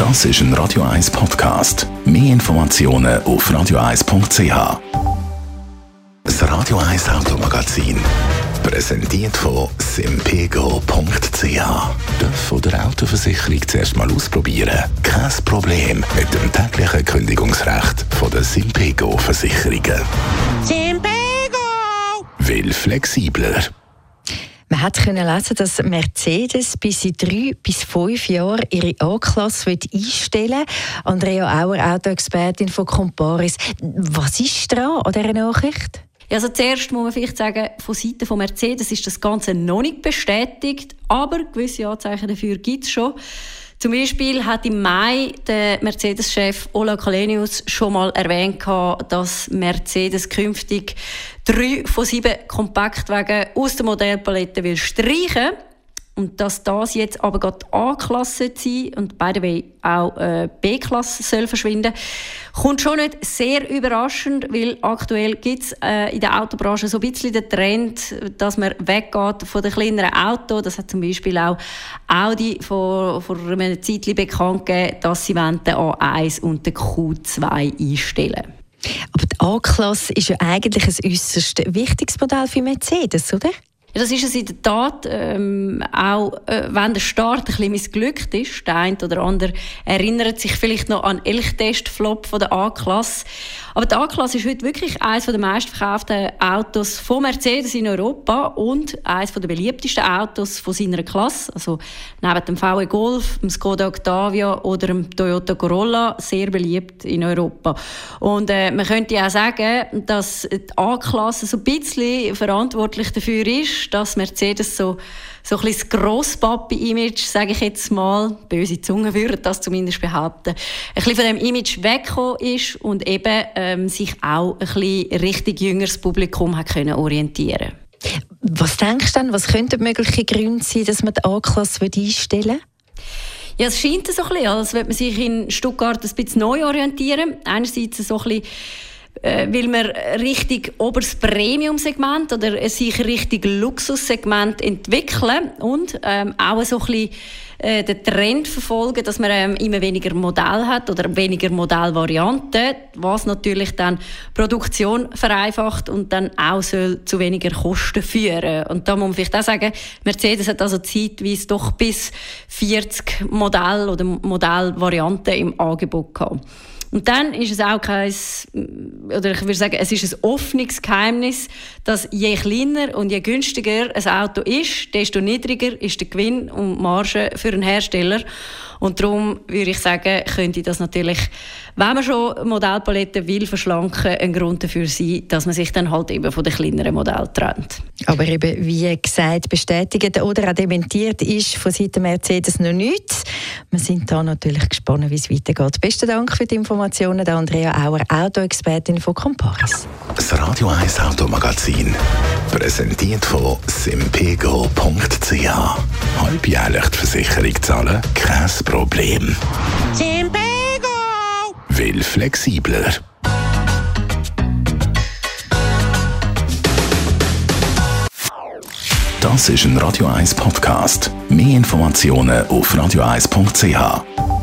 Das ist ein Radio 1 Podcast. Mehr Informationen auf radio1.ch. Das Radio 1 Automagazin. Präsentiert von simpego.ch. Von der Autoversicherung zuerst mal ausprobieren. Kein Problem mit dem täglichen Kündigungsrecht von der Simpego-Versicherungen. Simpego! Will flexibler. Man hat lesen, dass Mercedes bis in 3 bis 5 Jahren ihre A-Klasse einstellen will. Andrea Auer, Autoexpertin von Comparis. Was ist dran an dieser Nachricht? Ja, also zuerst muss man vielleicht sagen, von Seiten von Mercedes ist das Ganze noch nicht bestätigt, aber gewisse Anzeichen dafür gibt es schon. Zum Beispiel hat im Mai der Mercedes-Chef Ola Källenius schon mal erwähnt, dass Mercedes künftig 3 von 7 Kompaktwagen aus der Modellpalette will streichen. Und dass das jetzt aber gerade A-Klasse sein und by the way auch B-Klasse soll verschwinden, kommt schon nicht sehr überraschend, weil aktuell gibt es in der Autobranche so ein bisschen den Trend, dass man weggeht von den kleineren Autos. Das hat zum Beispiel auch Audi vor einer Zeit bekannt gegeben, dass sie den A1 und den Q2 einstellen. Aber die A-Klasse ist ja eigentlich ein äußerst wichtiges Modell für Mercedes, oder? Ja, das ist es in der Tat, auch wenn der Start ein bisschen missglückt ist. Der eine oder andere erinnert sich vielleicht noch an den Elchtest-Flop von der A-Klasse. Aber die A-Klasse ist heute wirklich eines der meistverkauften Autos von Mercedes in Europa und eines der beliebtesten Autos von seiner Klasse. Also neben dem VW Golf, dem Skoda Octavia oder dem Toyota Corolla sehr beliebt in Europa. Und man könnte auch sagen, dass die A-Klasse so ein bisschen verantwortlich dafür ist, dass Mercedes so ein bisschen das Grosspapi-Image, sage ich jetzt mal, böse Zungen würden das zumindest behaupten, ein bisschen von dem Image weggekommen ist und eben sich auch ein bisschen richtig jüngeres Publikum hat können orientieren. Was denkst du denn, was könnten mögliche Gründe sein, dass man die A-Klasse einstellen will? Ja, es scheint so ein bisschen, als würde man sich in Stuttgart ein bisschen neu orientieren. Einerseits so ein bisschen will man richtig oberes Premium-Segment oder sich richtig Luxussegment entwickeln und auch so ein bisschen den Trend verfolgen, dass man immer weniger Modell hat oder weniger Modellvarianten, was natürlich dann Produktion vereinfacht und dann auch soll zu weniger Kosten führen. Und da muss man vielleicht auch sagen, Mercedes hat also zeitweise doch bis 40 Modelle oder Modellvarianten im Angebot gehabt. Und dann ist es auch es ist ein offenes Geheimnis, dass je kleiner und je günstiger ein Auto ist, desto niedriger ist der Gewinn und die Marge für einen Hersteller. Und darum würde ich sagen, könnte das natürlich, wenn man schon Modellpaletten will verschlanken, ein Grund dafür sein, dass man sich dann halt eben von den kleineren Modellen trennt. Aber eben, wie gesagt, bestätigt oder auch dementiert ist von Seiten Mercedes noch nichts. Wir sind da natürlich gespannt, wie es weitergeht. Besten Dank für die Informationen, Andrea Auer, Autoexpertin von Comparis. Das Radio 1 Automagazin. Präsentiert von simpego.ch. Halbjährlich die Versicherung zahlen? Kein Problem. Simpego! Will flexibler. Das ist ein Radio 1 Podcast. Mehr Informationen auf radio1.ch.